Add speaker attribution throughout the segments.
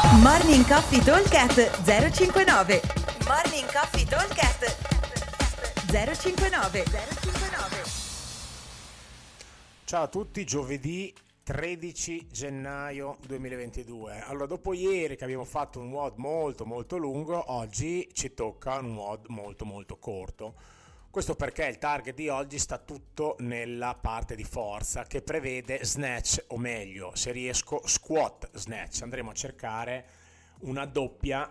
Speaker 1: Morning Coffee Talkcast 059. Morning Coffee Talkcast 059.
Speaker 2: Ciao a tutti, giovedì 13 gennaio 2022. Allora, dopo ieri che abbiamo fatto un WOD molto lungo, oggi ci tocca un WOD molto corto. Questo perché il target di oggi sta tutto nella parte di forza che prevede snatch, o meglio, se riesco, squat snatch. Andremo a cercare una doppia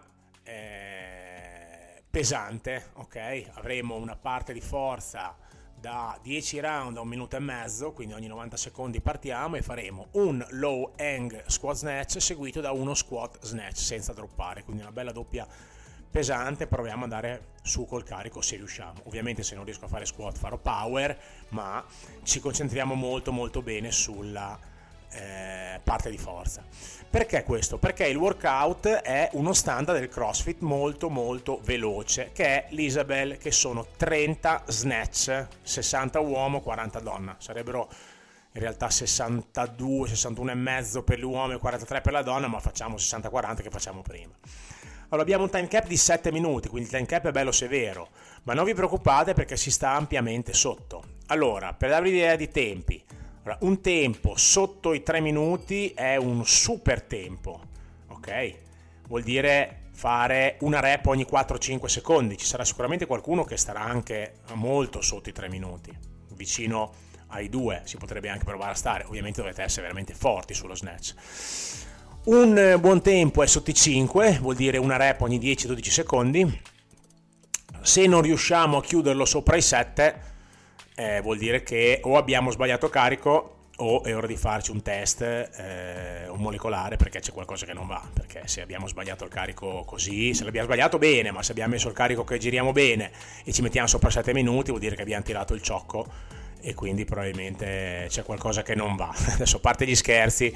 Speaker 2: pesante, ok? Avremo una parte di forza da 10 round a 1 minuto e mezzo, quindi ogni 90 secondi partiamo e faremo un low hang squat snatch seguito da uno squat snatch senza droppare, quindi una bella doppia pesante. Proviamo ad andare su col carico se riusciamo. Ovviamente se non riesco a fare squat farò power, ma ci concentriamo molto bene sulla parte di forza. Perché questo? Perché il workout è uno standard del CrossFit molto veloce, che è l'Isabel, che sono 30 snatch, 60 uomo, 40 donna. Sarebbero in realtà 62, 61 e mezzo per l'uomo e 43 per la donna, ma facciamo 60-40 che facciamo prima. Allora, abbiamo un time cap di 7 minuti, quindi il time cap è bello severo, ma non vi preoccupate perché si sta ampiamente sotto. Allora, per darvi l'idea di tempi, un tempo sotto i 3 minuti è un super tempo, ok? Vuol dire fare una rep ogni 4-5 secondi. Ci sarà sicuramente qualcuno che starà anche molto sotto i 3 minuti, vicino ai 2, si potrebbe anche provare a stare. Ovviamente dovete essere veramente forti sullo snatch. Un buon tempo è sotto i 5, vuol dire una rep ogni 10-12 secondi. Se non riusciamo a chiuderlo sopra i 7, vuol dire che o abbiamo sbagliato carico o è ora di farci un test, un molecolare, perché c'è qualcosa che non va. Perché se abbiamo sbagliato il carico così, se l'abbiamo sbagliato bene, ma se abbiamo messo il carico che giriamo bene e ci mettiamo sopra 7 minuti, vuol dire che abbiamo tirato il ciocco e quindi probabilmente c'è qualcosa che non va. Adesso, a parte gli scherzi,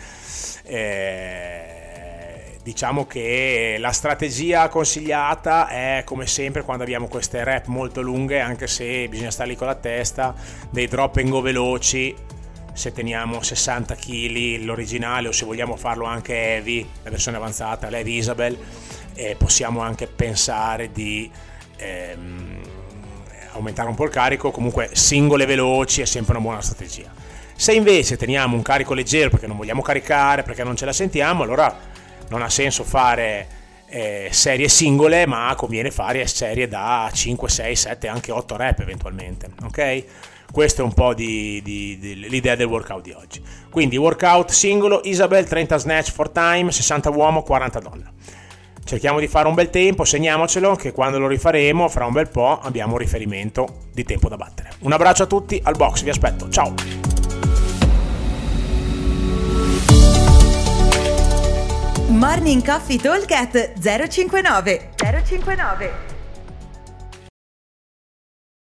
Speaker 2: diciamo che la strategia consigliata è, come sempre quando abbiamo queste rep molto lunghe, anche se bisogna stare lì con la testa, dei drop and go veloci. Se teniamo 60 kg l'originale, o se vogliamo farlo anche heavy, la versione avanzata, l'heavy Isabel, possiamo anche pensare di aumentare un po' il carico. Comunque singole veloci è sempre una buona strategia. Se invece teniamo un carico leggero perché non vogliamo caricare, perché non ce la sentiamo, allora non ha senso fare serie singole, ma conviene fare serie da 5, 6, 7, anche 8 rep eventualmente, ok? Questo è un po' l'idea del workout di oggi. Quindi workout singolo, Isabel, 30 snatch for time, 60 uomo, 40 donna. Cerchiamo di fare un bel tempo, segniamocelo, che quando lo rifaremo fra un bel po' abbiamo un riferimento di tempo da battere. Un abbraccio a tutti, al box, vi aspetto, ciao!
Speaker 1: Morning Coffee Talkcast 059.